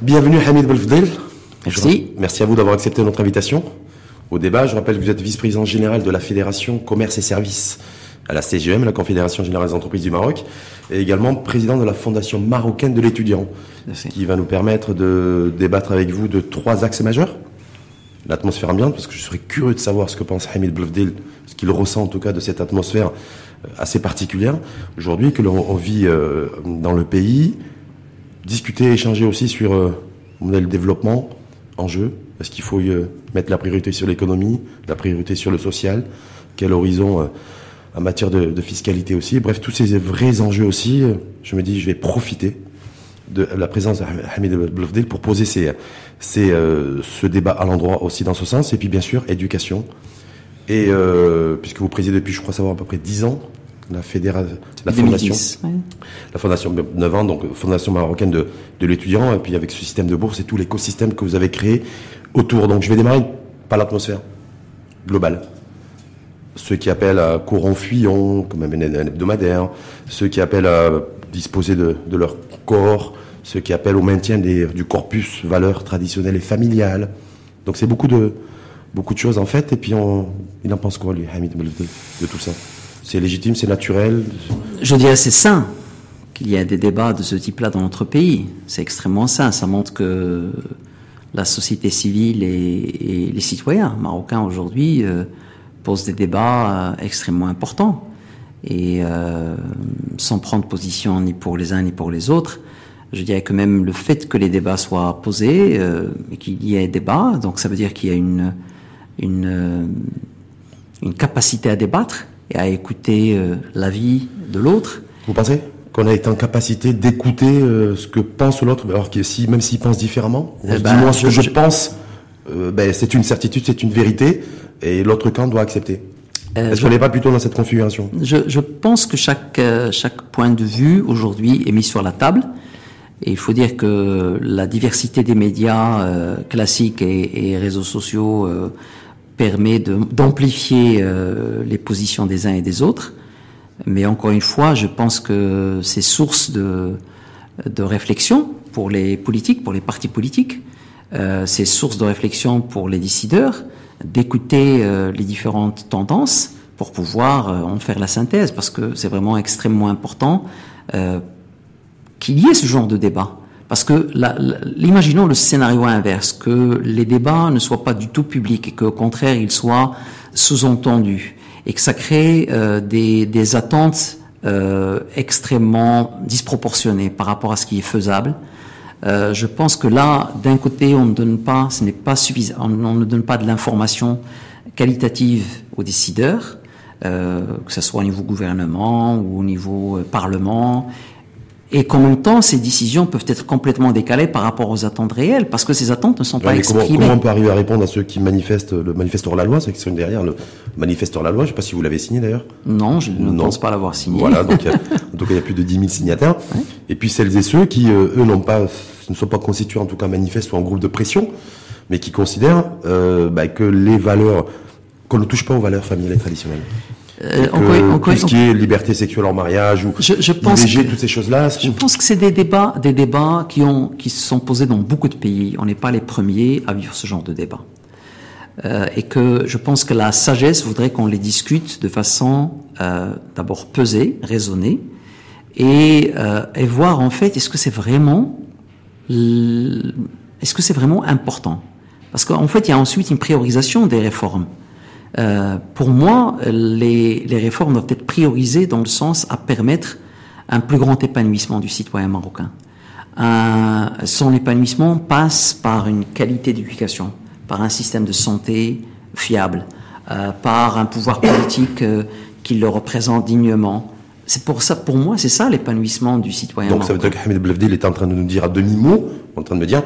Bienvenue Hamid Belfdel. Merci. Merci à vous d'avoir accepté notre invitation au débat. Je rappelle que vous êtes vice-président général de la Fédération Commerce et Services à la CGM, la Confédération Générale des Entreprises du Maroc, et également président de la Fondation Marocaine de l'étudiant, ce qui va nous permettre de débattre avec vous de 3 axes majeurs. L'atmosphère ambiante, parce que je serais curieux de savoir ce que pense Hamid Belfdel, ce qu'il ressent en tout cas de cette atmosphère assez particulière aujourd'hui que l'on vit dans le pays. Discuter, échanger aussi sur le modèle développement, enjeu. Est-ce qu'il faut mettre la priorité sur l'économie, la priorité sur le social? Quel horizon en matière de fiscalité aussi? Bref, tous ces vrais enjeux aussi. Je me dis, je vais profiter de la présence de Hamid Belfdel pour poser ce débat à l'endroit aussi dans ce sens. Et puis bien sûr, éducation. Et puisque vous présidez depuis, je crois savoir, à peu près 10 ans, la fondation, la fondation 9 ans, donc Fondation Marocaine de l'étudiant, et puis avec ce système de bourse et tout l'écosystème que vous avez créé autour. Donc je vais démarrer par l'atmosphère globale. Ceux qui appellent à courant fuyant, comme un hebdomadaire, ceux qui appellent à disposer de leur corps, ceux qui appellent au maintien du corpus valeurs traditionnelles et familiales. Donc c'est beaucoup de choses en fait. Et puis il en pense quoi, lui, Hamid Belfdel, de tout ça? C'est légitime, c'est naturel? Je dirais c'est sain qu'il y ait des débats de ce type-là dans notre pays. C'est extrêmement sain. Ça montre que la société civile et les citoyens marocains aujourd'hui posent des débats extrêmement importants. Et sans prendre position ni pour les uns ni pour les autres, je dirais que même le fait que les débats soient posés et qu'il y ait débat, donc ça veut dire qu'il y a une capacité à débattre et à écouter l'avis de l'autre. Vous pensez qu'on a été en capacité d'écouter ce que pense l'autre, alors que même s'il pense différemment? Dis-moi ce que je pense, c'est une certitude, c'est une vérité, et l'autre camp doit accepter. Est-ce qu'on n'est pas plutôt dans cette configuration? Je pense que chaque point de vue aujourd'hui est mis sur la table. Et il faut dire que la diversité des médias classiques et réseaux sociaux permet d'amplifier les positions des uns et des autres. Mais encore une fois, je pense que c'est source de réflexion pour les politiques, pour les partis politiques. C'est source de réflexion pour les décideurs, d'écouter les différentes tendances pour pouvoir en faire la synthèse, parce que c'est vraiment extrêmement important qu'il y ait ce genre de débat. Parce que imaginons le scénario inverse, que les débats ne soient pas du tout publics et qu'au contraire ils soient sous-entendus et que ça crée des attentes extrêmement disproportionnées par rapport à ce qui est faisable. Je pense que là, d'un côté, on ne donne pas, ce n'est pas suffisant, on ne donne pas de l'information qualitative aux décideurs, que ce soit au niveau gouvernement ou au niveau parlement. Et qu'en même temps, ces décisions peuvent être complètement décalées par rapport aux attentes réelles, parce que ces attentes ne sont pas exprimées. Comment on peut arriver à répondre à ceux qui manifestent, le manifeste hors la loi, ceux qui sont derrière le manifeste hors la loi? Je ne sais pas si vous l'avez signé d'ailleurs. Non, je ne pense pas l'avoir signé. Voilà, donc en tout cas, il y a plus de 10 000 signataires. Ouais. Et puis celles et ceux qui, eux, ne sont pas constitués en tout cas manifestes ou en groupe de pression, mais qui considèrent que les valeurs, qu'on ne touche pas aux valeurs familiales et traditionnelles. Tout ce qui est liberté sexuelle en mariage ou IVG, toutes ces choses-là. Je pense que c'est des débats qui se sont posés dans beaucoup de pays. On n'est pas les premiers à vivre ce genre de débat. Et que je pense que la sagesse voudrait qu'on les discute de façon d'abord pesée, raisonnée, et voir en fait est-ce que c'est vraiment important. Parce qu'en fait, il y a ensuite une priorisation des réformes. Pour moi, les réformes doivent être priorisées dans le sens à permettre un plus grand épanouissement du citoyen marocain. Son épanouissement passe par une qualité d'éducation, par un système de santé fiable, par un pouvoir politique qui le représente dignement. C'est pour ça, pour moi, c'est ça l'épanouissement du citoyen marocain. Donc ça veut dire que Hamid Belfdel est en train de nous dire à demi-mot, en train de me dire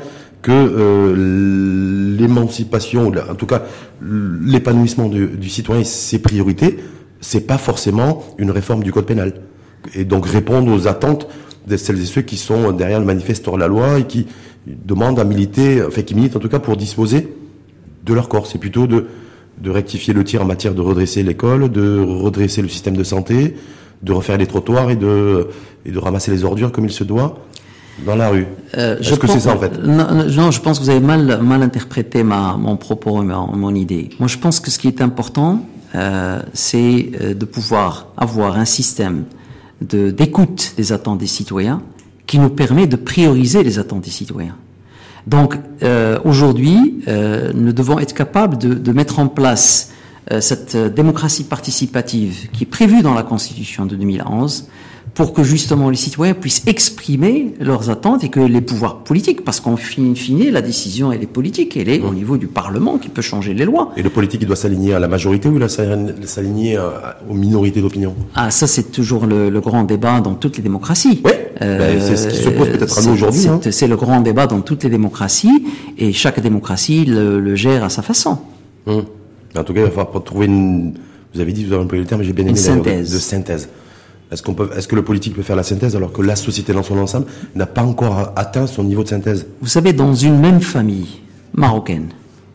que l'émancipation, en tout cas l'épanouissement du citoyen et ses priorités, c'est pas forcément une réforme du code pénal. Et donc répondre aux attentes de celles et ceux qui sont derrière le manifeste hors la loi et qui demandent à militer, enfin qui militent en tout cas pour disposer de leur corps. C'est plutôt de rectifier le tir en matière de redresser l'école, de redresser le système de santé, de refaire les trottoirs et de ramasser les ordures comme il se doit. dans la rue. Est-ce que c'est ça en fait? Non, je pense que vous avez mal interprété mon propos, mon idée. Moi, je pense que ce qui est important, c'est de pouvoir avoir un système d'écoute des attentes des citoyens qui nous permet de prioriser les attentes des citoyens. Donc, aujourd'hui, nous devons être capables de mettre en place cette démocratie participative qui est prévue dans la Constitution de 2011 pour que justement les citoyens puissent exprimer leurs attentes et que les pouvoirs politiques, parce qu'en fin, la décision elle est politique, elle est au niveau du Parlement qui peut changer les lois. Et le politique il doit s'aligner à la majorité ou s'aligner aux minorités d'opinion? Ah, ça c'est toujours le grand débat dans toutes les démocraties. Oui, c'est ce qui se pose peut-être à nous aujourd'hui. C'est le grand débat dans toutes les démocraties et chaque démocratie le gère à sa façon. En tout cas, il va falloir trouver vous avez dit, vous avez employé le terme, j'ai bien aimé de synthèse. Est-ce que le politique peut faire la synthèse alors que la société dans son ensemble n'a pas encore atteint son niveau de synthèse? Vous savez, dans une même famille marocaine,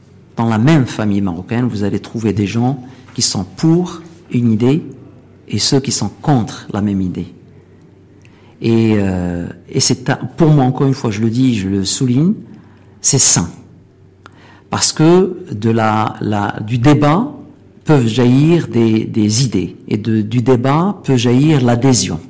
vous allez trouver des gens qui sont pour une idée et ceux qui sont contre la même idée. Et c'est pour moi, encore une fois, je le dis, je le souligne, c'est sain. Parce que du débat peuvent jaillir des idées et du débat peut jaillir l'adhésion.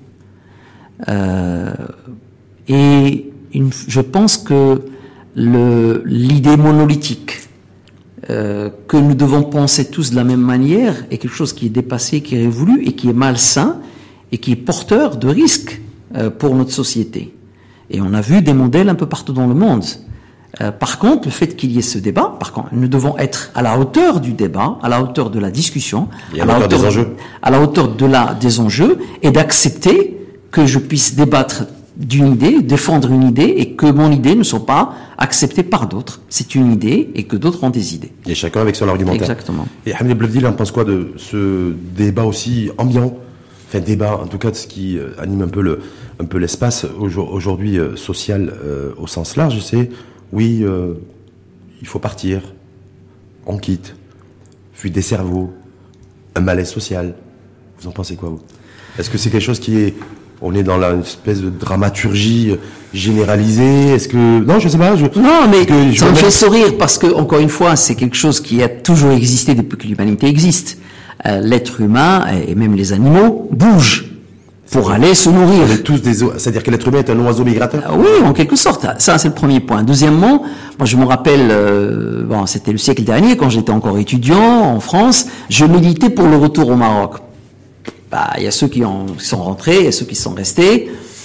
Je pense que l'idée monolithique que nous devons penser tous de la même manière est quelque chose qui est dépassé, qui est révolu et qui est malsain et qui est porteur de risques pour notre société. Et on a vu des modèles un peu partout dans le monde. Par contre, le fait qu'il y ait ce débat, nous devons être à la hauteur du débat, à la hauteur de la discussion, à la hauteur des enjeux, à la hauteur des enjeux, et d'accepter que je puisse débattre d'une idée, défendre une idée, et que mon idée ne soit pas acceptée par d'autres. C'est une idée, et que d'autres ont des idées. Et chacun avec son argumentaire. Exactement. Et Hamid Blevdil, on pense quoi de ce débat aussi ambiant? Enfin, débat, en tout cas, de ce qui anime un peu l'espace aujourd'hui social au sens large, c'est oui, il faut partir, on quitte, fuite des cerveaux, un malaise social. Vous en pensez quoi, vous? Est-ce que c'est quelque chose on est dans une espèce de dramaturgie généralisée? Est-ce que... Non, je sais pas. Non, mais ça me fait sourire parce que, encore une fois, c'est quelque chose qui a toujours existé depuis que l'humanité existe. L'être humain, et même les animaux, bougent pour aller se nourrir. On est tous c'est-à-dire que l'être humain est un oiseau migrateur? Oui, en quelque sorte. Ça, c'est le premier point. Deuxièmement, moi, je me rappelle, c'était le siècle dernier, quand j'étais encore étudiant en France, je militais pour le retour au Maroc. Il y a ceux qui sont rentrés, il y a ceux qui sont restés.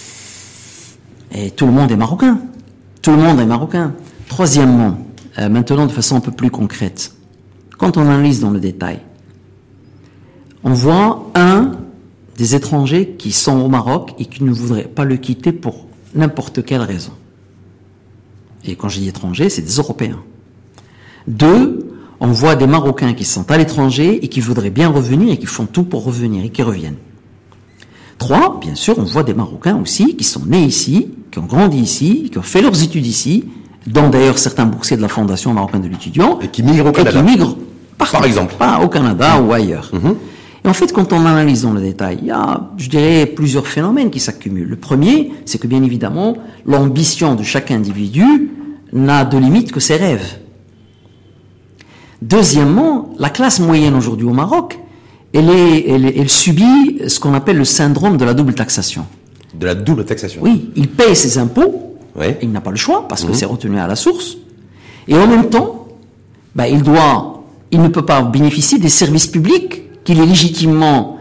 Et tout le monde est marocain. Tout le monde est marocain. Troisièmement, maintenant, de façon un peu plus concrète, quand on analyse dans le détail, on voit des étrangers qui sont au Maroc et qui ne voudraient pas le quitter pour n'importe quelle raison. Et quand je dis étrangers, c'est des Européens. 2, on voit des Marocains qui sont à l'étranger et qui voudraient bien revenir et qui font tout pour revenir et qui reviennent. 3, bien sûr, on voit des Marocains aussi qui sont nés ici, qui ont grandi ici, qui ont fait leurs études ici, dont d'ailleurs certains boursiers de la Fondation marocaine de l'étudiant. Et qui migrent au Canada. Partout, par exemple. Pas au Canada ou ailleurs. Et en fait, quand on analyse dans le détail, il y a, je dirais, plusieurs phénomènes qui s'accumulent. Le premier, c'est que bien évidemment, l'ambition de chaque individu n'a de limite que ses rêves. Deuxièmement, la classe moyenne aujourd'hui au Maroc, elle subit ce qu'on appelle le syndrome de la double taxation. De la double taxation? Oui, il paye ses impôts, il n'a pas le choix parce que c'est retenu à la source, et en même temps, il ne peut pas bénéficier des services publics qu'il est légitime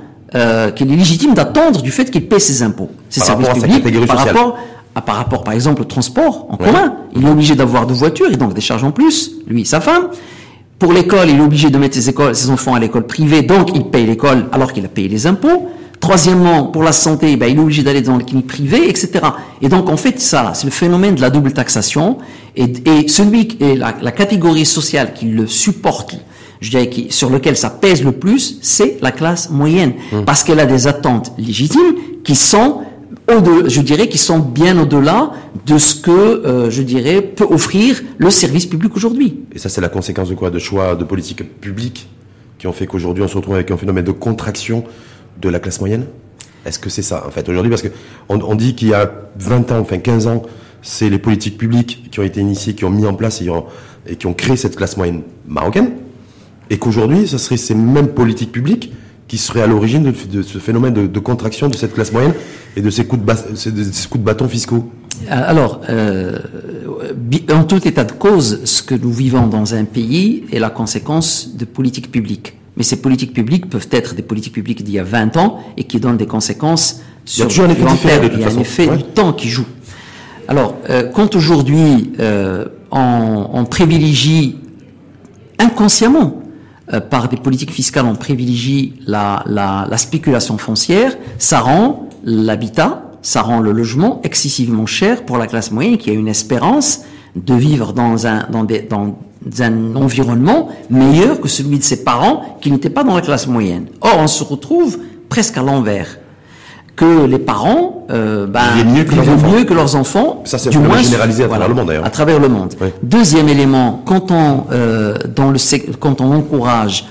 d'attendre du fait qu'il paie ses impôts. Ces services publics, par rapport, par exemple, au transport en commun. Il est obligé d'avoir 2 voitures et donc des charges en plus, lui et sa femme. Pour l'école, il est obligé de mettre ses enfants à l'école privée, donc il paye l'école alors qu'il a payé les impôts. Troisièmement, pour la santé, il est obligé d'aller dans les cliniques privées, etc. Et donc, en fait, ça, c'est le phénomène de la double taxation. Et la catégorie sociale qui le supporte, je dirais, sur lequel ça pèse le plus, c'est la classe moyenne. Parce qu'elle a des attentes légitimes qui sont qui sont bien au-delà de ce que, peut offrir le service public aujourd'hui. Et ça, c'est la conséquence de quoi? De choix de politique publique qui ont fait qu'aujourd'hui, on se retrouve avec un phénomène de contraction de la classe moyenne? Est-ce que c'est ça, en fait, aujourd'hui? Parce que on dit qu'il y a 20 ans, enfin 15 ans, c'est les politiques publiques qui ont été initiées, qui ont mis en place et qui ont créé cette classe moyenne marocaine, et qu'aujourd'hui, ce serait ces mêmes politiques publiques qui seraient à l'origine de ce phénomène de contraction de cette classe moyenne et de ces coups de bâton fiscaux. Alors, en tout état de cause, ce que nous vivons dans un pays est la conséquence de politiques publiques. Mais ces politiques publiques peuvent être des politiques publiques d'il y a 20 ans et qui donnent des conséquences sur le long terme. Il y a un effet du temps qui joue. Alors, quand aujourd'hui on privilégie inconsciemment par des politiques fiscales, on privilégie la spéculation foncière, ça rend l'habitat, ça rend le logement excessivement cher pour la classe moyenne qui a une espérance de vivre dans un environnement meilleur que celui de ses parents qui n'étaient pas dans la classe moyenne. Or, on se retrouve presque à l'envers. Que les parents vivent mieux que leurs enfants. Ça, c'est généralisé à travers le monde, d'ailleurs. À travers le monde. Oui. Deuxième élément, quand on encourage,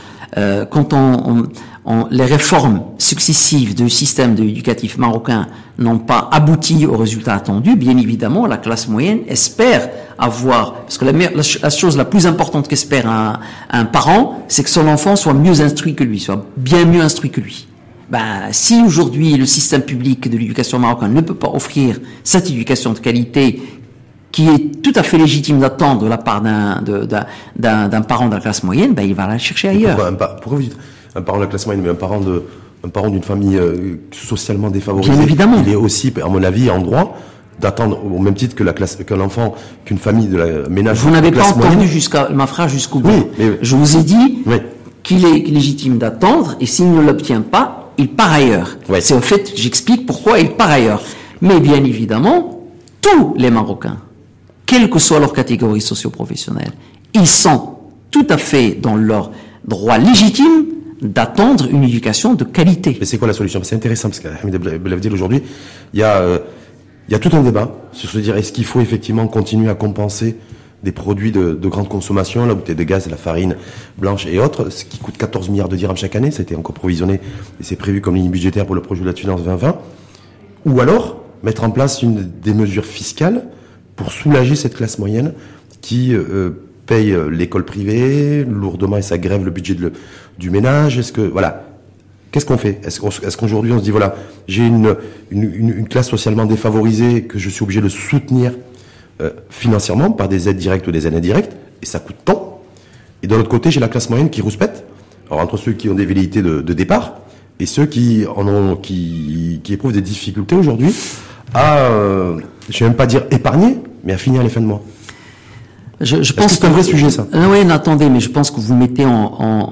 les réformes successives du système éducatif marocain n'ont pas abouti aux résultats attendus, bien évidemment, la classe moyenne espère avoir, parce que la chose la plus importante qu'espère un parent, c'est que son enfant soit mieux instruit que lui, soit bien mieux instruit que lui. Si aujourd'hui le système public de l'éducation marocaine ne peut pas offrir cette éducation de qualité qui est tout à fait légitime d'attendre de la part d'un parent de la classe moyenne, il va la chercher ailleurs. Pourquoi vous dites un parent de la classe moyenne, mais un parent d'une famille socialement défavorisée? Bien évidemment. Il est aussi, à mon avis, en droit d'attendre au même titre qu'une famille de la ménage. Vous n'avez pas entendu ma phrase jusqu'au bout. Oui, mais je vous ai dit qu'il est légitime d'attendre et s'il ne l'obtient pas, il part ailleurs. Ouais. C'est au fait, j'explique pourquoi il part ailleurs. Mais bien évidemment, tous les Marocains, quelle que soit leur catégorie socio-professionnelle, ils sont tout à fait dans leur droit légitime d'attendre une éducation de qualité. Mais c'est quoi la solution? C'est intéressant parce qu'à Hamid Belabdil aujourd'hui, il y a tout un débat sur se dire est-ce qu'il faut effectivement continuer à compenser des produits de grande consommation, la bouteille de gaz, la farine blanche et autres, ce qui coûte 14 milliards de dirhams chaque année, ça a été encore provisionné et c'est prévu comme ligne budgétaire pour le projet de la finance 2020, ou alors mettre en place des mesures fiscales pour soulager cette classe moyenne qui paye l'école privée lourdement et ça grève le budget du ménage. Qu'est-ce qu'on fait? Est-ce qu'aujourd'hui on se dit voilà, j'ai une classe socialement défavorisée que je suis obligé de soutenir financièrement par des aides directes ou des aides indirectes, et ça coûte tant. Et de l'autre côté, j'ai la classe moyenne qui rouspète. Alors entre ceux qui ont des velléités de départ et ceux qui éprouvent des difficultés aujourd'hui à, je vais même pas dire épargner, mais à finir les fins de mois. Je pense que c'est un vrai sujet, ça. Oui, attendez, mais je pense que vous mettez en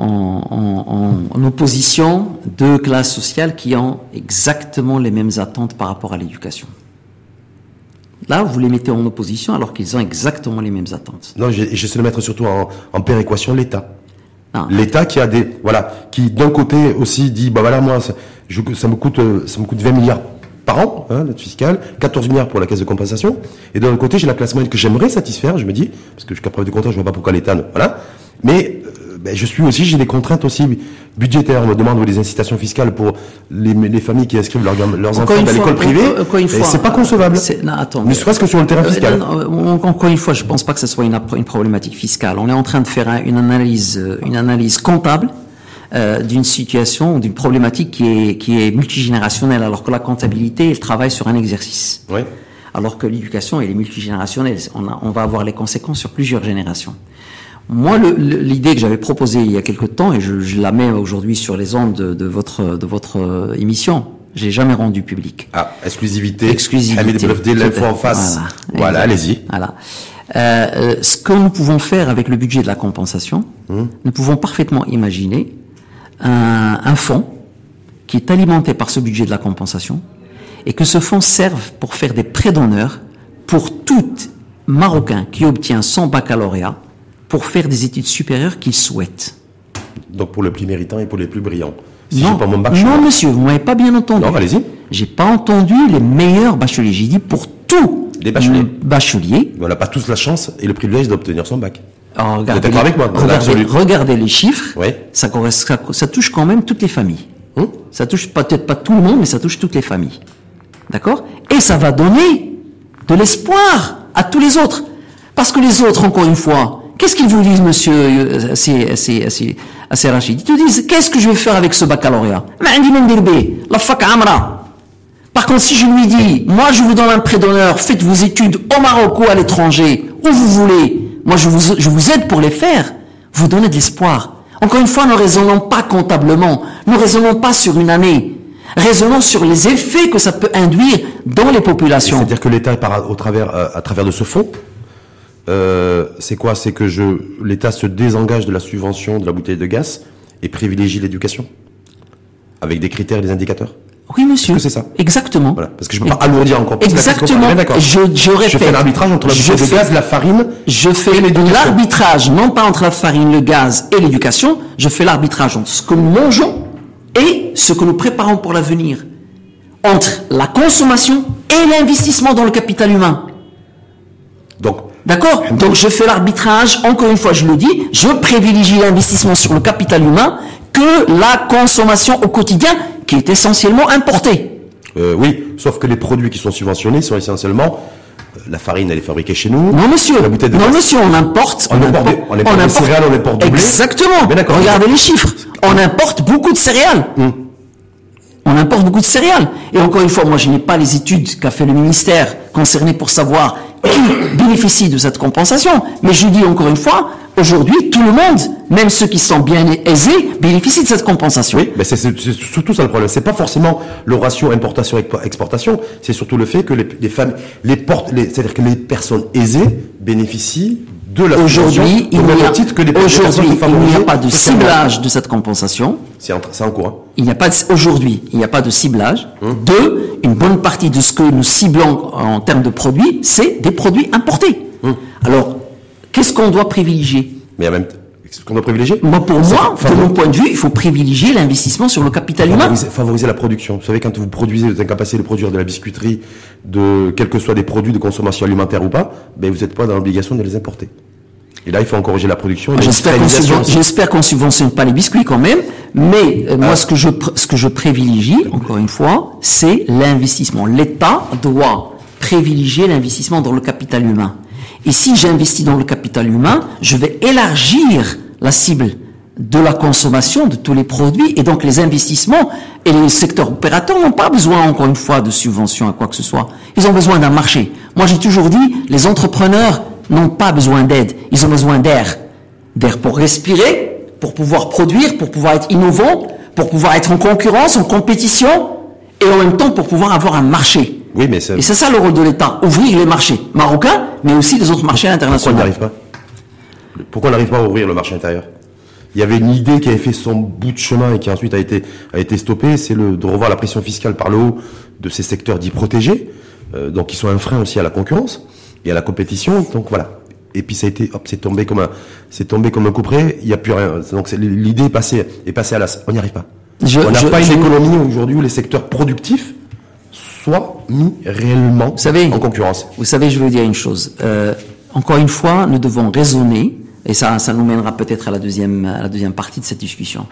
opposition deux classes sociales qui ont exactement les mêmes attentes par rapport à l'éducation. Là, vous les mettez en opposition alors qu'ils ont exactement les mêmes attentes. Non, j'essaie de mettre surtout en péréquation l'État. L'État qui a qui d'un côté aussi dit, moi, ça me coûte 20 milliards par an, l'aide fiscale, 14 milliards pour la caisse de compensation. Et de l'autre côté, j'ai la classe moyenne que j'aimerais satisfaire, je me dis, parce que jusqu'à preuve du contraire, je vois pas pourquoi l'État mais j'ai des contraintes aussi budgétaires. On me demande des incitations fiscales pour les familles qui inscrivent leurs enfants à l'école privée. Et c'est pas concevable. Ne serait-ce que sur le terrain fiscal. Encore une fois, je pense pas que ce soit une problématique fiscale. On est en train de faire une analyse comptable d'une situation, d'une problématique qui est multigénérationnelle, alors que la comptabilité, elle travaille sur un exercice. Oui. Alors que l'éducation, elle est multigénérationnelle. On va avoir les conséquences sur plusieurs générations. Moi, l'idée que j'avais proposée il y a quelque temps, et je la mets aujourd'hui sur les ondes de votre émission, je l'ai jamais rendue publique. Exclusivité. Hamid Belabdil, l'info en face. Voilà, allez-y. Voilà. Ce que nous pouvons faire avec le budget de la compensation, nous pouvons parfaitement imaginer un fonds qui est alimenté par ce budget de la compensation et que ce fonds serve pour faire des prêts d'honneur pour tout Marocain qui obtient son baccalauréat pour faire des études supérieures qu'il souhaite. Donc pour les plus méritants et pour les plus brillants. Non, monsieur, vous m'avez pas bien entendu. Non, allez-y. J'ai pas entendu les meilleurs bacheliers. J'ai dit pour tous les bacheliers. On n'a pas tous la chance et le privilège d'obtenir son bac. Alors, regardez les chiffres. Oui. Ça touche quand même toutes les familles. Ça touche peut-être pas tout le monde, mais ça touche toutes les familles. D'accord? Et ça va donner de l'espoir à tous les autres. Parce que les autres, encore une fois, qu'est-ce qu'ils vous disent, monsieur assez Rachid? Ils te disent, qu'est-ce que je vais faire avec ce baccalauréat? La fac amra. Par contre, si je lui dis, moi je vous donne un prêt d'honneur, faites vos études au Maroc ou à l'étranger, où vous voulez, moi je vous aide pour les faire, vous donnez de l'espoir. Encore une fois, ne raisonnons pas comptablement, ne raisonnons pas sur une année, raisonnons sur les effets que ça peut induire dans les populations. C'est-à-dire que l'État, à travers de ce fonds, c'est quoi? C'est que l'État se désengage de la subvention de la bouteille de gaz et privilégie l'éducation avec des critères et des indicateurs. Oui, monsieur. Est-ce que c'est ça? Exactement. Voilà. Parce que je ne peux pas alourdir encore plus. Exactement. Je répète. Je fais l'arbitrage entre la bouteille de gaz, la farine. Je fais l'arbitrage, non pas entre la farine, le gaz et l'éducation. Je fais l'arbitrage entre ce que nous mangeons et ce que nous préparons pour l'avenir. Entre la consommation et l'investissement dans le capital humain. D'accord? Donc je fais l'arbitrage, encore une fois je le dis, je privilégie l'investissement sur le capital humain que la consommation au quotidien qui est essentiellement importée. Oui, sauf que les produits qui sont subventionnés sont essentiellement la farine, elle est fabriquée chez nous. Non monsieur, la bouteille de non monsieur, on importe des céréales, on importe du blé. Exactement. Regardez les chiffres. On importe beaucoup de céréales. On importe beaucoup de céréales. Et encore une fois, moi je n'ai pas les études qu'a fait le ministère concerné pour savoir qui bénéficie de cette compensation. Mais je dis encore une fois, aujourd'hui, tout le monde, même ceux qui sont bien aisés, bénéficient de cette compensation. Oui, mais c'est surtout ça le problème. C'est pas forcément le ratio importation-exportation, c'est surtout le fait que les femmes, c'est-à-dire que les personnes aisées bénéficient de la aujourd'hui, il n'y a pas de ciblage de cette compensation. C'est en cours. Hein. Aujourd'hui, il n'y a pas de ciblage. Une bonne partie de ce que nous ciblons en termes de produits, c'est des produits importés. Alors, qu'est-ce qu'on doit privilégier? Mais même, ce qu'on doit privilégier? Moi, de mon point de vue, il faut privilégier l'investissement sur le capital humain. Favoriser la production. Vous savez, quand vous produisez, vous êtes incapacité de produire de la biscuiterie, quels que soient des produits de consommation alimentaire ou pas, ben vous n'êtes pas dans l'obligation de les importer. Et là, il faut encourager la production. J'espère qu'on subventionne pas les biscuits quand même, mais moi, ce que je privilégie, encore une fois, c'est l'investissement. L'État doit privilégier l'investissement dans le capital humain. Et si j'investis dans le capital humain, je vais élargir la cible de la consommation de tous les produits, et donc les investissements et les secteurs opérateurs n'ont pas besoin, encore une fois, de subventions à quoi que ce soit. Ils ont besoin d'un marché. Moi, j'ai toujours dit, les entrepreneurs n'ont pas besoin d'aide, ils ont besoin d'air. D'air pour respirer, pour pouvoir produire, pour pouvoir être innovant, pour pouvoir être en concurrence, en compétition, et en même temps pour pouvoir avoir un marché. Oui, mais et c'est ça le rôle de l'État, ouvrir les marchés marocains, mais aussi les autres marchés internationaux. Pourquoi on n'arrive pas à ouvrir le marché intérieur? Il y avait une idée qui avait fait son bout de chemin et qui ensuite a été stoppée, c'est de revoir la pression fiscale par le haut de ces secteurs dits protégés, donc qui sont un frein aussi à la concurrence et à la compétition. Donc voilà. Et puis ça a été, c'est tombé comme un couperet. Il n'y a plus rien. Donc l'idée est passée à l'as. On n'y arrive pas. On n'a pas une économie aujourd'hui où les secteurs productifs soient mis réellement en concurrence. Vous savez, je veux dire une chose. Encore une fois, nous devons raisonner, et ça nous mènera peut-être à la deuxième partie de cette discussion.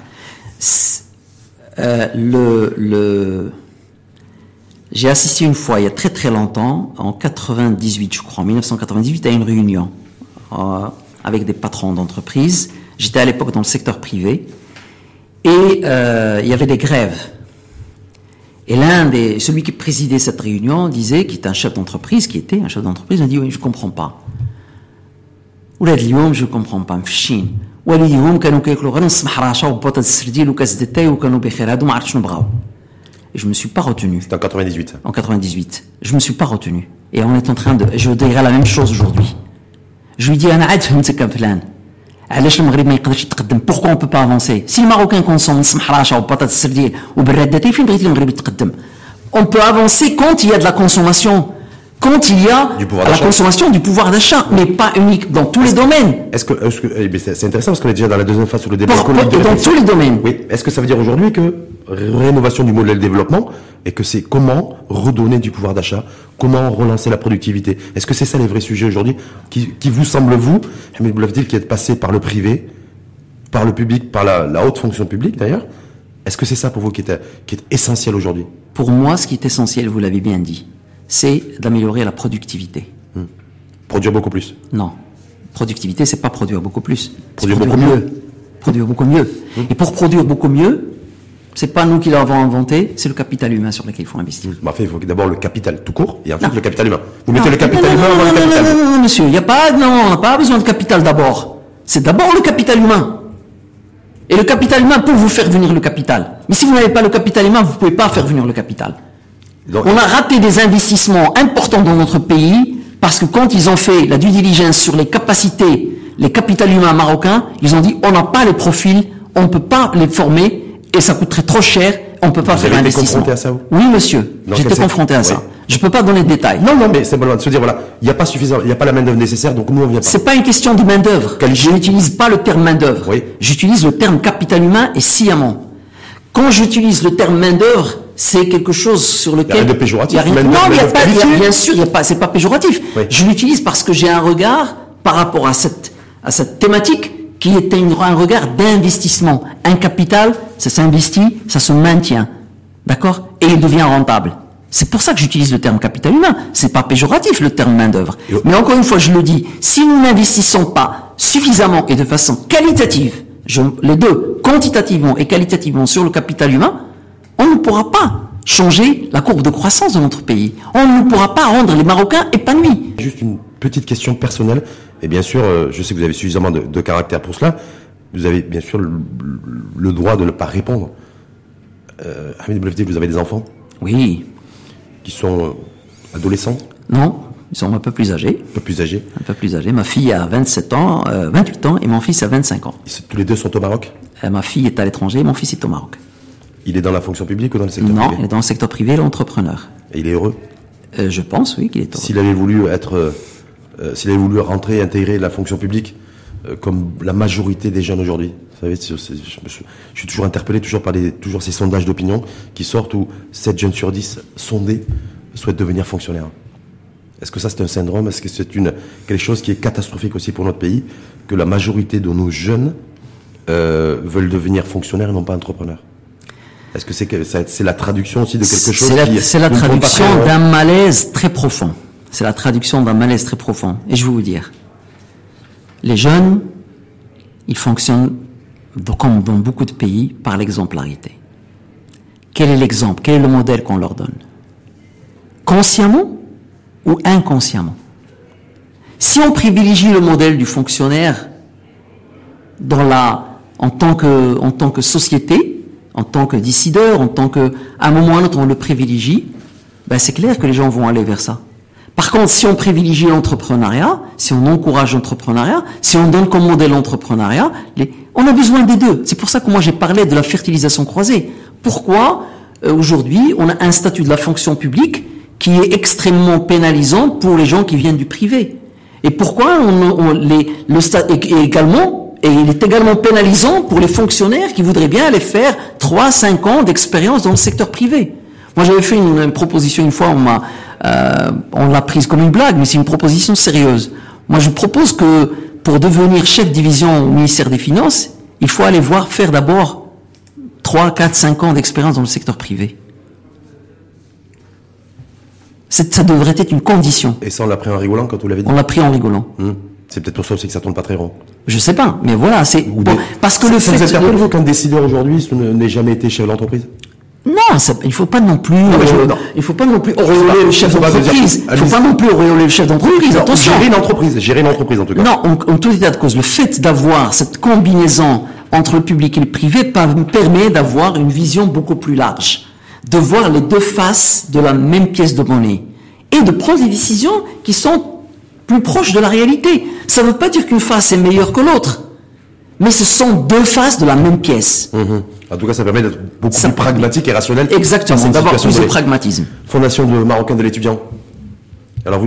J'ai assisté une fois, il y a très très longtemps, en 98, je crois, en 1998, à une réunion avec des patrons d'entreprise. J'étais à l'époque dans le secteur privé, et il y avait des grèves. Et celui qui présidait cette réunion disait, qui était un chef d'entreprise, m'a dit, oui, je comprends pas. ولاد اليوم je comprends pas مفشين والديهم كانوا كياكلوا غير نص محراشه وبطاطا السردين وكاس ديتاي وكانوا بخير هادو ما عرفت شنو بغاو. Et je me suis pas retenu. C'était en 98. En 98. Je me suis pas retenu. Et on est en train je dirais la même chose aujourd'hui. Je lui dis انا عاد فهمتك فلان. علاش المغرب ما يقدرش يتقدم؟ Pourquoi on peut pas avancer? Si le Marocain consomme نص محراشه وبطاطا السردين وبراد ديتاي فين بغيتي المغرب يتقدم؟ On peut avancer quand il y a de la consommation. Quand il y a la consommation du pouvoir d'achat, mais pas unique, dans tous les domaines. C'est intéressant parce qu'on est déjà dans la deuxième phase sur le débat économique. Dans tous les domaines. Oui. Est-ce que ça veut dire aujourd'hui que rénovation du modèle de développement et que c'est comment redonner du pouvoir d'achat, comment relancer la productivité? Est-ce que c'est ça les vrais sujets aujourd'hui qui vous semblent, vous, Hamid Boulafdil, qui êtes passé par le privé, par le public, par la haute fonction publique d'ailleurs, Est-ce que c'est ça pour vous qui est essentiel aujourd'hui? Pour moi, ce qui est essentiel, vous l'avez bien dit, c'est d'améliorer la productivité. Produire beaucoup plus? Non. Productivité, c'est pas produire beaucoup plus. Produire beaucoup mieux. Produire beaucoup mieux. Et pour produire beaucoup mieux, c'est pas nous qui l'avons inventé, c'est le capital humain sur lequel il faut investir. En fait, il faut d'abord le capital tout court et ensuite Non. le capital humain. Vous Non, mettez le capital non, humain non, avant le non, capital non, humain. non, non, monsieur, on n'a pas besoin de capital d'abord. C'est d'abord le capital humain. Et le capital humain peut vous faire venir le capital. Mais si vous n'avez pas le capital humain, vous ne pouvez pas faire venir le capital. Donc, On a raté des investissements importants dans notre pays parce que quand ils ont fait la due diligence sur les capacités, les capital humains marocains, ils ont dit on n'a pas les profils, on ne peut pas les former et ça coûterait trop cher, on ne peut pas Vous faire avez été l'investissement. confronté à ça, vous? Oui, monsieur, Dans j'étais quel confronté à ça. Oui. Je ne peux pas donner de détails. non, mais c'est bon de se dire, voilà, il n'y a pas suffisant, il n'y a pas la main-d'œuvre nécessaire, donc nous on vient pas. C'est pas une question de main-d'œuvre. Je n'utilise pas le terme main-d'œuvre. Oui. J'utilise le terme capital humain et sciemment. Quand j'utilise le terme main-d'œuvre, c'est quelque chose sur lequel. Il y a rien de péjoratif. Il y a rien- Main-d'œuvre, Non, il y a main-d'œuvre pas, qualifiée. bien sûr, il y a pas, c'est pas péjoratif. Oui. Je l'utilise parce que j'ai un regard par rapport à cette thématique qui est un regard d'investissement. Un capital, ça s'investit, ça se maintient. D'accord? Et il devient rentable. C'est pour ça que j'utilise le terme capital humain. C'est pas péjoratif, le terme main-d'œuvre. Mais encore une fois, je le dis, si nous n'investissons pas suffisamment et de façon qualitative, les deux, quantitativement et qualitativement sur le capital humain, on ne pourra pas changer la courbe de croissance de notre pays. On ne pourra pas rendre les Marocains épanouis. Juste une petite question personnelle, et bien sûr, je sais que vous avez suffisamment de caractère pour cela, vous avez bien sûr le droit de ne pas répondre. Hamid Blefti, vous avez des enfants Oui. qui sont adolescents, Non, ils sont un peu plus âgés. un peu plus âgés, Un peu plus âgés. Ma fille a 28 ans et mon fils a 25 ans. tous les deux sont au Maroc. Ma fille est à l'étranger, mon fils est au Maroc. Il est dans la fonction publique ou dans le secteur Non, il privé? est dans le secteur privé, l'entrepreneur. Et il est heureux. Je pense, oui, qu'il est heureux. S'il avait voulu s'il avait voulu rentrer, intégrer la fonction publique, comme la majorité des jeunes aujourd'hui. Vous savez, je suis toujours interpellé par toujours ces sondages d'opinion qui sortent où 7 jeunes sur 10 sondés souhaitent devenir fonctionnaires. Est-ce que ça c'est un syndrome? Est-ce que c'est quelque chose qui est catastrophique aussi pour notre pays, que la majorité de nos jeunes veulent devenir fonctionnaires et non pas entrepreneurs? Est-ce que c'est la traduction aussi de quelque chose C'est la traduction d'un malaise très profond. C'est la traduction d'un malaise très profond. Et je vais vous dire, les jeunes, ils fonctionnent, comme dans beaucoup de pays, par l'exemplarité. Quel est l'exemple? Quel est le modèle qu'on leur donne? Consciemment ou inconsciemment? Si on privilégie le modèle du fonctionnaire en tant que société, en tant que décideur, à un moment ou à un autre on le privilégie, ben c'est clair que les gens vont aller vers ça. Par contre, si on privilégie l'entrepreneuriat, si on encourage l'entrepreneuriat, si on donne comme modèle l'entrepreneuriat, on a besoin des deux. C'est pour ça que moi j'ai parlé de la fertilisation croisée. Pourquoi aujourd'hui on a un statut de la fonction publique qui est extrêmement pénalisant pour les gens qui viennent du privé? Et pourquoi il est également pénalisant pour les fonctionnaires qui voudraient bien aller faire 3-5 ans d'expérience dans le secteur privé? Moi, j'avais fait une proposition une fois, on l'a prise comme une blague, mais c'est une proposition sérieuse. Moi, je propose que pour devenir chef de division au ministère des Finances, il faut aller faire d'abord 3, 4, 5 ans d'expérience dans le secteur privé. Ça devrait être une condition. Et ça, on l'a pris en rigolant quand vous l'avez dit? On l'a pris en rigolant. C'est peut-être pour ça aussi que ça tourne pas très rond. Je sais pas, mais voilà, c'est parce que le fait. Vous interpellez-vous qu'un décideur aujourd'hui n'ait jamais été chef d'entreprise? Non, il faut pas non plus. Il faut pas non plus auréoler le chef d'entreprise. Il faut pas non plus auréoler le chef d'entreprise. Attention. Gérer une entreprise en tout cas. Non, en tout état de cause, le fait d'avoir cette combinaison entre le public et le privé permet d'avoir une vision beaucoup plus large, de voir les deux faces de la même pièce de monnaie et de prendre des décisions qui sont plus proches de la réalité. Ça ne veut pas dire qu'une face est meilleure que l'autre, mais ce sont deux faces de la même pièce. En tout cas, ça permet d'être beaucoup plus pragmatique et rationnel. Exactement, d'avoir plus de pragmatisme. Fondation de Marocain de l'étudiant. Alors,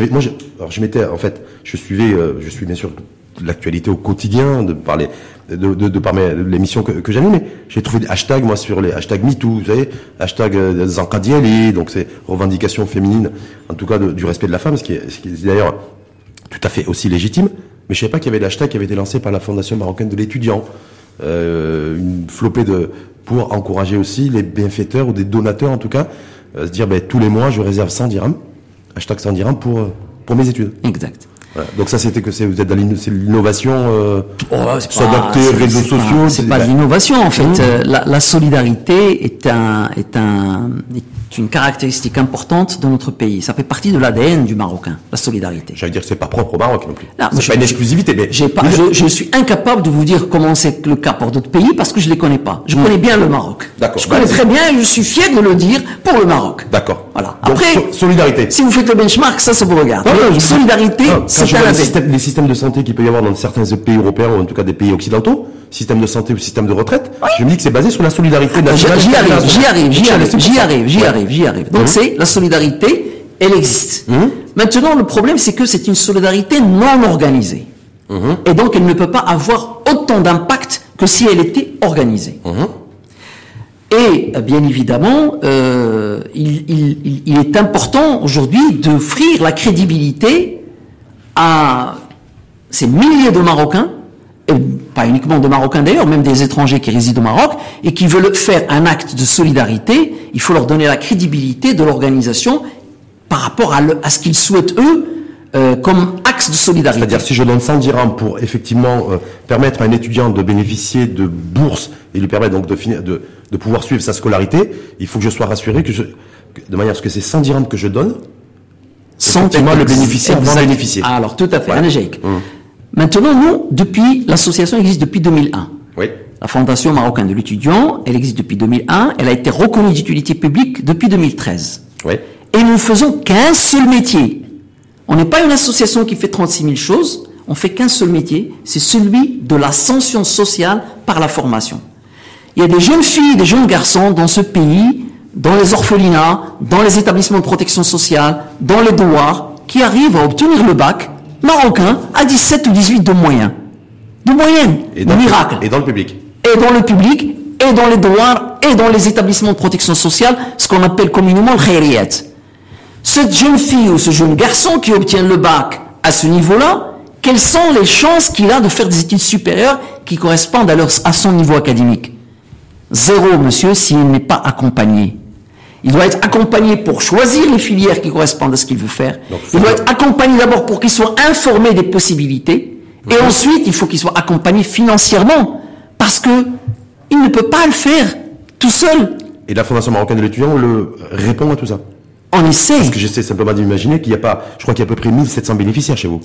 je suis bien sûr l'actualité au quotidien, de par l'émission que j'anime, mais j'ai trouvé des hashtags, moi, sur les hashtags MeToo, vous savez, hashtag Zankadieli, donc c'est revendication féminine, en tout cas du respect de la femme, ce qui est d'ailleurs tout à fait aussi légitime, mais je savais pas qu'il y avait des hashtags qui avaient été lancés par la Fondation marocaine de l'étudiant, une flopée pour encourager aussi les bienfaiteurs ou des donateurs en tout cas, se dire tous les mois je réserve 100 dirhams, hashtag 100 dirhams pour mes études. Exact. Voilà. Donc ça, vous êtes dans l'innovation, s'adapter aux réseaux sociaux. C'est pas de l'innovation en fait. La solidarité est une caractéristique importante de notre pays. Ça fait partie de l'ADN du Marocain, la solidarité. J'allais dire que c'est pas propre au Maroc non plus. Non, c'est pas une exclusivité, mais je suis incapable de vous dire comment c'est le cas pour d'autres pays parce que je les connais pas. Je connais bien le Maroc. D'accord. Je connais très bien et je suis fier de le dire pour le Maroc. D'accord. Voilà. Donc, après, solidarité. Si vous faites le benchmark, ça vous regarde. Solidarité, c'est un les systèmes de santé qu'il peut y avoir dans certains pays européens ou en tout cas des pays occidentaux, système de santé ou système de retraite, je me dis que c'est basé sur la solidarité nationale. J'y arrive. Donc c'est la solidarité, elle existe. Maintenant, le problème, c'est que c'est une solidarité non organisée. Et donc, elle ne peut pas avoir autant d'impact que si elle était organisée. Et bien évidemment, il est important aujourd'hui d'offrir la crédibilité à ces milliers de Marocains, et pas uniquement de Marocains d'ailleurs, même des étrangers qui résident au Maroc, et qui veulent faire un acte de solidarité. Il faut leur donner la crédibilité de l'organisation par rapport à ce qu'ils souhaitent eux comme axe de solidarité. C'est-à-dire si je donne 100 dirhams pour effectivement permettre à un étudiant de bénéficier de bourses et lui permettre donc de pouvoir suivre sa scolarité, il faut que je sois rassuré de manière à ce que ces 100 dirhams que je donne, effectivement le bénéficiaire va en bénéficier. Alors tout à fait, Anajaïk. Maintenant, nous, l'association existe depuis 2001. Oui. La Fondation marocaine de l'étudiant, elle existe depuis 2001. Elle a été reconnue d'utilité publique depuis 2013. Oui. Et nous ne faisons qu'un seul métier. On n'est pas une association qui fait 36 000 choses. On fait qu'un seul métier. C'est celui de l'ascension sociale par la formation. Il y a des jeunes filles, des jeunes garçons dans ce pays, dans les orphelinats, dans les établissements de protection sociale, dans les douars, qui arrivent à obtenir le bac marocain à 17 ou 18 de moyenne. De moyenne. Miracle. Et dans le public. Et dans le public, et dans les douars, et dans les établissements de protection sociale, ce qu'on appelle communément le khairiyat. Cette jeune fille ou ce jeune garçon qui obtient le bac à ce niveau-là, quelles sont les chances qu'il a de faire des études supérieures qui correspondent à son niveau académique? Zéro, monsieur, s'il n'est pas accompagné. Il doit être accompagné pour choisir les filières qui correspondent à ce qu'il veut faire. Il doit être accompagné d'abord pour qu'il soit informé des possibilités. Et ensuite, il faut qu'il soit accompagné financièrement. Parce que il ne peut pas le faire tout seul. Et la Fondation marocaine de l'étudiant répond à tout ça. On essaie. Parce que j'essaie simplement d'imaginer qu'il n'y a pas, je crois qu'il y a à peu près 1700 bénéficiaires chez vous.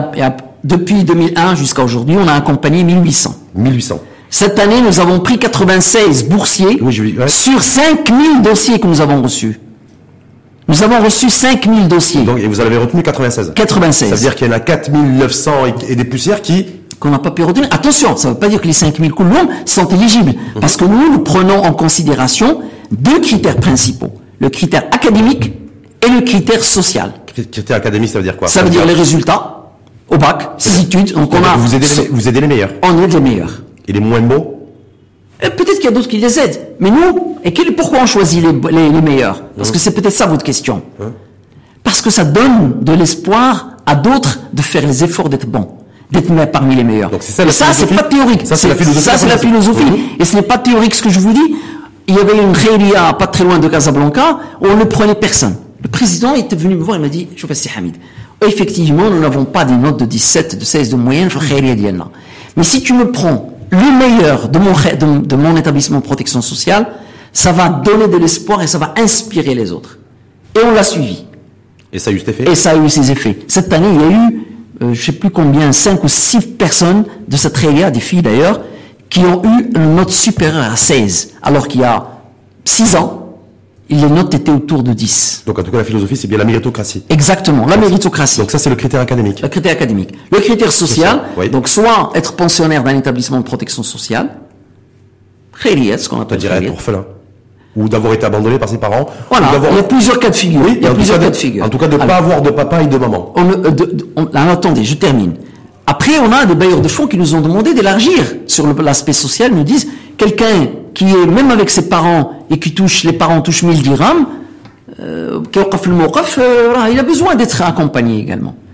Depuis 2001 jusqu'à aujourd'hui, on a accompagné 1800. 1800. Cette année, nous avons pris 96 boursiers sur 5000 dossiers que nous avons reçus. Nous avons reçu 5000 dossiers. Donc, et vous en avez retenu 96. 96. Ça veut dire qu'il y en a 4900 et des poussières qu'on n'a pas pu retenir. Attention, ça ne veut pas dire que les 5000 coulombs sont éligibles. Parce que nous prenons en considération deux critères principaux. Le critère académique et le critère social. Critère académique, ça veut dire quoi? Ça veut dire les résultats au bac, ces études. Donc vous aidez les meilleurs. On aide les meilleurs. Et les moins bons? Peut-être qu'il y a d'autres qui les aident. Mais nous, pourquoi on choisit les meilleurs? Parce que c'est peut-être ça votre question. Parce que ça donne de l'espoir à d'autres de faire les efforts d'être bons, d'être parmi les meilleurs. Donc c'est ça, c'est pas théorique. Ça, c'est la philosophie. Et ce n'est pas théorique ce que je vous dis. Il y avait une khairia pas très loin de Casablanca où on ne prenait personne. Le président était venu me voir, il m'a dit, je fais Hamid. Effectivement, nous n'avons pas des notes de 17, de 16 de moyenne, mais si tu me prends le meilleur de mon établissement de protection sociale, ça va donner de l'espoir et ça va inspirer les autres. Et on l'a suivi. Et ça a eu cet effet? Et ça a eu ses effets. Cette année, il y a eu, je sais plus combien, 5 ou 6 personnes de cette réa, des filles d'ailleurs, qui ont eu une note supérieure à 16, alors qu'il y a 6 ans, les notes étaient autour de 10. Donc en tout cas, la philosophie, c'est bien la méritocratie. Exactement, la méritocratie. Donc ça, c'est le critère académique. Le critère académique. Le critère social, oui. Donc soit être pensionnaire d'un établissement de protection sociale, khairiyat, ce qu'on appelle khairiyat. Être orphelin. Ou d'avoir été abandonné par ses parents. Voilà, il y a plusieurs cas de figure. Oui, en tout cas, de ne pas avoir de papa et de maman. Attendez, je termine. Après, on a des bailleurs de fonds qui nous ont demandé d'élargir sur l'aspect social, nous disent, quelqu'un qui est même avec ses parents et qui les parents touchent 1000 dirhams, il a besoin d'être accompagné également.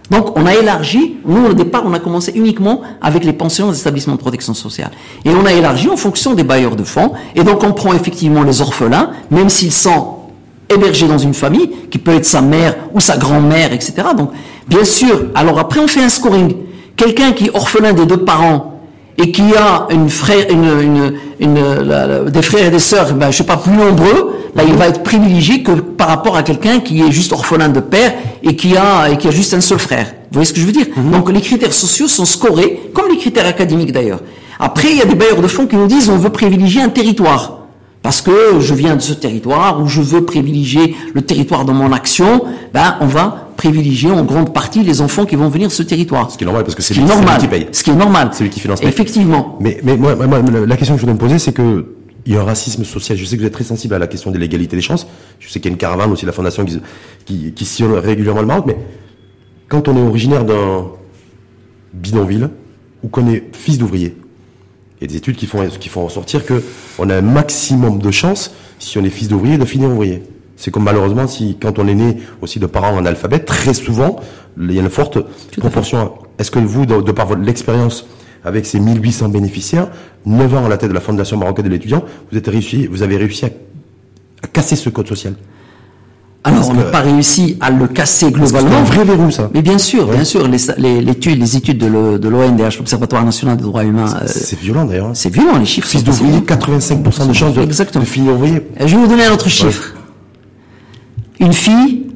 Donc, on a élargi. Nous, au départ, on a commencé uniquement avec les pensions des établissements de protection sociale. Et on a élargi en fonction des bailleurs de fonds. Et donc, on prend effectivement les orphelins, même s'ils sont hébergés dans une famille, qui peut être sa mère ou sa grand-mère, etc. Donc, bien sûr, alors après, on fait un scoring. Quelqu'un qui est orphelin des deux parents et qui a des frères et des sœurs, je sais pas, plus nombreux, il va être privilégié que par rapport à quelqu'un qui est juste orphelin de père et qui a juste un seul frère. Vous voyez ce que je veux dire? Donc les critères sociaux sont scorés, comme les critères académiques d'ailleurs. Après, il y a des bailleurs de fonds qui nous disent on veut privilégier un territoire. Parce que je viens de ce territoire, ou je veux privilégier le territoire dans mon action, on va privilégier en grande partie les enfants qui vont venir de ce territoire. Ce qui est normal, parce que c'est lui qui paye. Ce qui est normal. C'est lui qui finance. Effectivement. Mais moi, la question que je voudrais me poser, c'est que il y a un racisme social. Je sais que vous êtes très sensible à la question de l'égalité des chances. Je sais qu'il y a une caravane aussi de la Fondation qui sillonne régulièrement le Maroc. Mais quand on est originaire d'un bidonville, ou qu'on est fils d'ouvrier, il y a des études qui font ressortir que on a un maximum de chances, si on est fils d'ouvrier, de finir ouvrier. C'est comme malheureusement, quand on est né aussi de parents analphabètes, très souvent, il y a une forte proportion. Est-ce que vous, de par l'expérience avec ces 1800 bénéficiaires, 9 ans à la tête de la Fondation marocaine de l'étudiant, vous avez réussi à casser ce code social? Alors, on n'a pas réussi à le casser globalement. C'est un vrai verrou, ça. Mais bien sûr, bien sûr, les études de l'ONDH, l'Observatoire National des Droits Humains. C'est violent, d'ailleurs. C'est violent, les chiffres. Fils d'ouvrier, 85% de chances de finir ouvrier. Je vais vous donner un autre chiffre. Une fille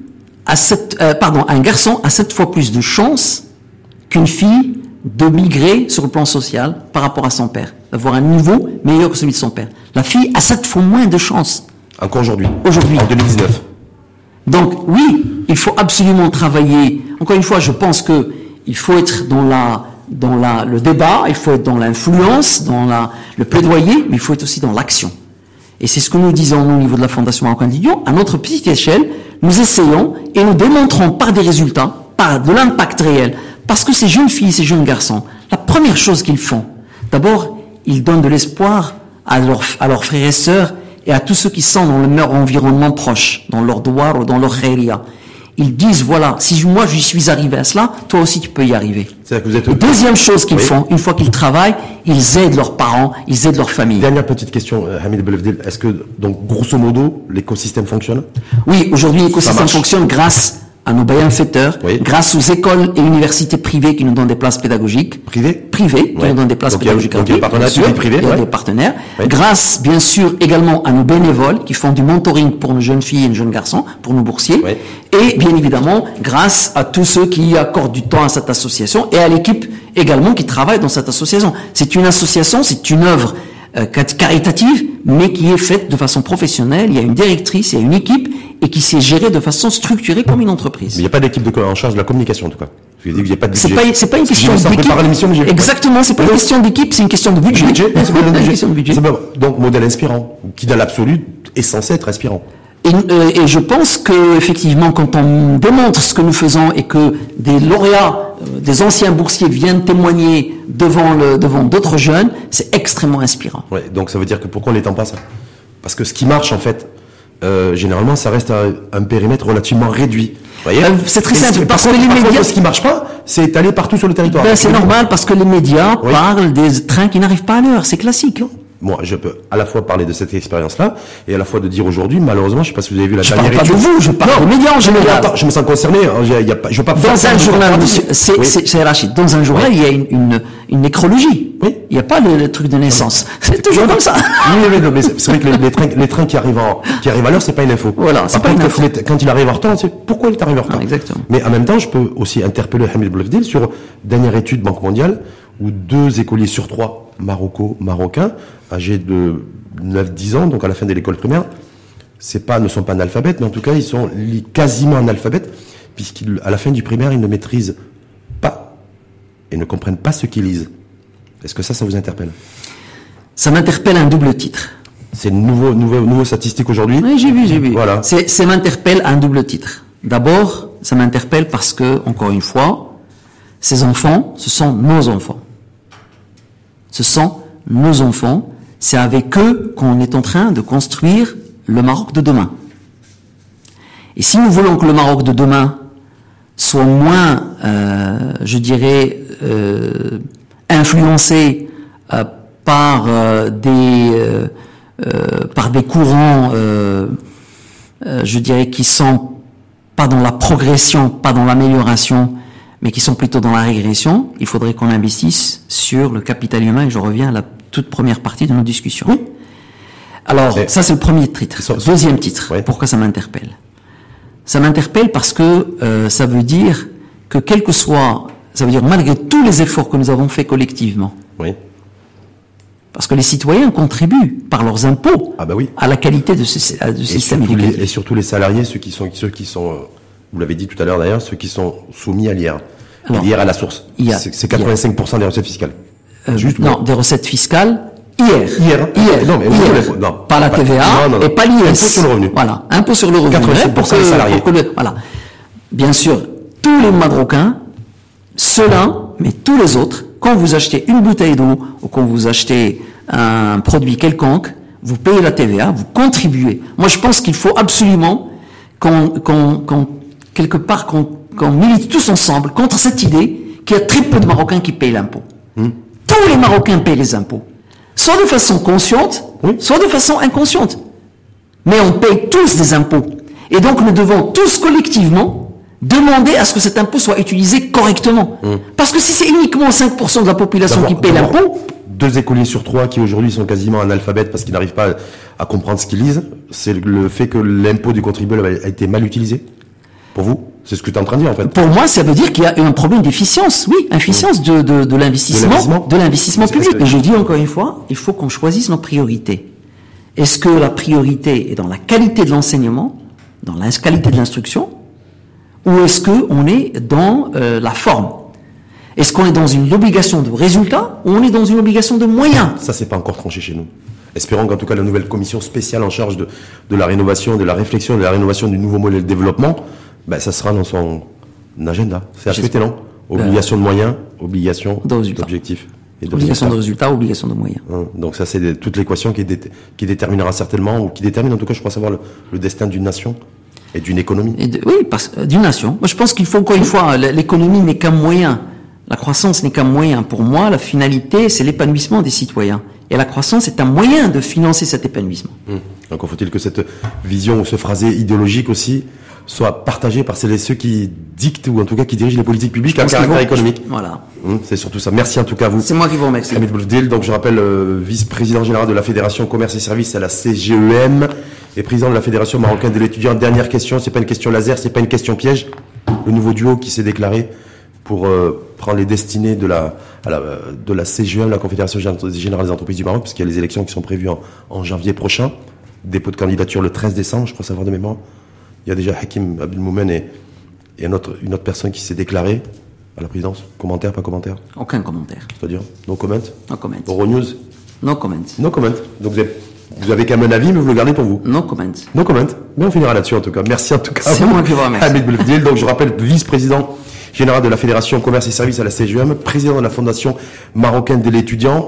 un garçon a 7 fois plus de chances qu'une fille de migrer sur le plan social par rapport à son père, d'avoir un niveau meilleur que celui de son père. La fille a 7 fois moins de chances. Encore aujourd'hui. Aujourd'hui. En 2019. Donc, oui, il faut absolument travailler. Encore une fois, je pense que il faut être dans le débat, il faut être dans l'influence, le plaidoyer, mais il faut être aussi dans l'action. Et c'est ce que nous disons au niveau de la Fondation marocaine d'étudiants. À notre petite échelle, nous essayons et nous démontrons par des résultats, par de l'impact réel. Parce que ces jeunes filles, ces jeunes garçons, la première chose qu'ils font, d'abord, ils donnent de l'espoir à leurs frères et sœurs et à tous ceux qui sont dans leur environnement proche, dans leur douar ou dans leur khairia. Ils disent, voilà, si moi j'y suis arrivé à cela, toi aussi tu peux y arriver. C'est-à-dire que vous êtes... La deuxième chose qu'ils font, une fois qu'ils travaillent, ils aident leurs parents, ils aident leur famille. Dernière petite question, Hamid Belfdil, est-ce que, donc, grosso modo, l'écosystème fonctionne? Oui, aujourd'hui l'écosystème fonctionne grâce à nos bienfaiteurs, grâce aux écoles et universités privées qui nous donnent des places pédagogiques. Privées, qui nous donnent des places pédagogiques. Donc il y a des partenaires publics-privés. Il y a des partenaires. Grâce, bien sûr, également à nos bénévoles qui font du mentoring pour nos jeunes filles et nos jeunes garçons, pour nos boursiers. Et bien évidemment, grâce à tous ceux qui accordent du temps à cette association et à l'équipe également qui travaille dans cette association. C'est une association, c'est une œuvre caritative, mais qui est faite de façon professionnelle. Il y a une directrice, il y a une équipe, et qui s'est gérée de façon structurée comme une entreprise. Mais il n'y a pas d'équipe en charge de la communication, en tout cas. Je dis qu'il n'y a pas de budget. C'est pas une question d'équipe. Exactement, c'est pas une question d'équipe, c'est une question de budget. Donc, modèle inspirant, qui dans l'absolu est censé être inspirant. Et je pense que effectivement, quand on démontre ce que nous faisons et que des lauréats, des anciens boursiers viennent témoigner devant d'autres jeunes, c'est extrêmement inspirant. Ouais, donc ça veut dire que pourquoi on n'étend pas ça? Parce que ce qui marche en fait, généralement, ça reste un périmètre relativement réduit. C'est très simple parce que les médias. Ce qui marche pas, c'est étalé partout sur le territoire. C'est normal parce que les médias parlent des trains qui n'arrivent pas à l'heure. C'est classique. Moi, je peux à la fois parler de cette expérience-là et à la fois de dire aujourd'hui, malheureusement, je sais pas si vous avez vu la dernière étude. Je parle pas de vous, je parle des médias en général. Attends, je me sens concerné. Je veux pas. Dans un journal, monsieur, c'est Rachid. Dans un journal, il y a une nécrologie. Oui. Il n'y a pas le truc de naissance. C'est toujours comme ça. Oui, mais c'est vrai que les trains qui arrivent à l'heure, c'est pas une info. Voilà, c'est pas une info. Quand il arrive en retard, c'est pourquoi il est arrivé en retard. Exactement. Mais en même temps, je peux aussi interpeller Hamid Belfdil sur dernière étude Banque mondiale où 2 écoliers sur 3 marocains, âgés de 9-10 ans, donc à la fin de l'école primaire, ne sont pas analphabètes, mais en tout cas, ils sont quasiment analphabètes, puisqu'à la fin du primaire, ils ne maîtrisent pas et ne comprennent pas ce qu'ils lisent. Est-ce que ça vous interpelle? Ça m'interpelle à un double titre. C'est une nouveau statistique aujourd'hui. Oui, j'ai vu. Voilà. Ça m'interpelle à un double titre. D'abord, ça m'interpelle parce que, encore une fois, ces enfants, ce sont nos enfants. Ce sont nos enfants. C'est avec eux qu'on est en train de construire le Maroc de demain. Et si nous voulons que le Maroc de demain soit moins, je dirais, influencé par des courants, je dirais, qui sont pas dans la progression, pas dans l'amélioration, mais qui sont plutôt dans la régression. Il faudrait qu'on investisse sur le capital humain, et je reviens à la toute première partie de nos discussions. Oui. Alors, ça c'est le premier titre. Deuxième titre, oui. Pourquoi ça m'interpelle? Ça m'interpelle parce que ça veut dire que malgré tous les efforts que nous avons faits collectivement, oui. Parce que les citoyens contribuent par leurs impôts à la qualité de ce système éducatif. Et surtout les salariés, ceux qui sont, vous l'avez dit tout à l'heure d'ailleurs, ceux qui sont soumis à l'IR. L'IR à la source. C'est 85% des recettes fiscales. Des recettes fiscales. Hier. Non, pas la TVA et pas l'IS. Impôt sur le revenu. Voilà. Impôt sur le revenu. 85% des salariés. Voilà. Bien sûr, tous les Marocains, ceux-là, mais tous les autres, quand vous achetez une bouteille d'eau ou quand vous achetez un produit quelconque, vous payez la TVA, vous contribuez. Moi, je pense qu'il faut absolument qu'on milite tous ensemble contre cette idée qu'il y a très peu de Marocains qui payent l'impôt. Tous les Marocains payent les impôts. Soit de façon consciente, soit de façon inconsciente. Mais on paye tous des impôts. Et donc nous devons tous collectivement demander à ce que cet impôt soit utilisé correctement. Parce que si c'est uniquement 5% de la population qui paye l'impôt... 2 écoliers sur 3 qui aujourd'hui sont quasiment analphabètes parce qu'ils n'arrivent pas à comprendre ce qu'ils lisent, c'est le fait que l'impôt du contribuable a été mal utilisé. Pour vous, c'est ce que tu es en train de dire en fait. Pour moi, ça veut dire qu'il y a un problème d'efficience, efficience de l'investissement public. Et je dis encore une fois, il faut qu'on choisisse nos priorités. Est-ce que la priorité est dans la qualité de l'enseignement, dans la qualité de l'instruction, ou est-ce qu'on est dans la forme? Est-ce qu'on est dans une obligation de résultat ou on est dans une obligation de moyens? Ça, c'est pas encore tranché chez nous. Espérons qu'en tout cas la nouvelle commission spéciale en charge de la rénovation, de la réflexion, de la rénovation du nouveau modèle de développement, ça sera dans son agenda. C'est assez non? Obligation de moyens, obligation d'objectifs. Obligation de résultats, obligation de moyens. Donc ça, c'est toute l'équation qui déterminera certainement, ou qui détermine en tout cas, je crois savoir, le destin d'une nation et d'une économie. D'une nation. Moi, je pense qu'il faut encore une fois, l'économie n'est qu'un moyen. La croissance n'est qu'un moyen. Pour moi, la finalité, c'est l'épanouissement des citoyens. Et la croissance est un moyen de financer cet épanouissement. Donc, faut-il que cette vision ou ce phrasé idéologique aussi soit partagé par celles et ceux qui dictent ou en tout cas qui dirigent les politiques publiques à caractère économique. Voilà. C'est surtout ça. Merci en tout cas à vous. C'est moi qui vous remercie. Hamid Boufdil, donc je rappelle vice-président général de la Fédération Commerce et Services à la CGEM et président de la Fédération marocaine de l'étudiant. Dernière question, c'est pas une question laser, c'est pas une question piège. Le nouveau duo qui s'est déclaré pour prendre les destinées de la CGEM, la Confédération Générale des Entreprises du Maroc, parce qu'il y a les élections qui sont prévues en janvier prochain. Dépôt de candidature le 13 décembre, je crois savoir de mémoire. Il y a déjà Hakim Abdelmoumen et une autre personne qui s'est déclarée à la présidence. Commentaire, pas commentaire? Aucun commentaire. C'est-à-dire no comment? No comment. Euronews? No comment. No comment. Donc vous avez quand même un avis, mais vous le gardez pour vous? No comment. No comment. Mais on finira là-dessus en tout cas. Merci en tout cas. C'est moi qui vous remercie. Hamid Boufdil, donc je rappelle vice-président général de la Fédération Commerce et Services à la CGEM, président de la Fondation marocaine de l'étudiant.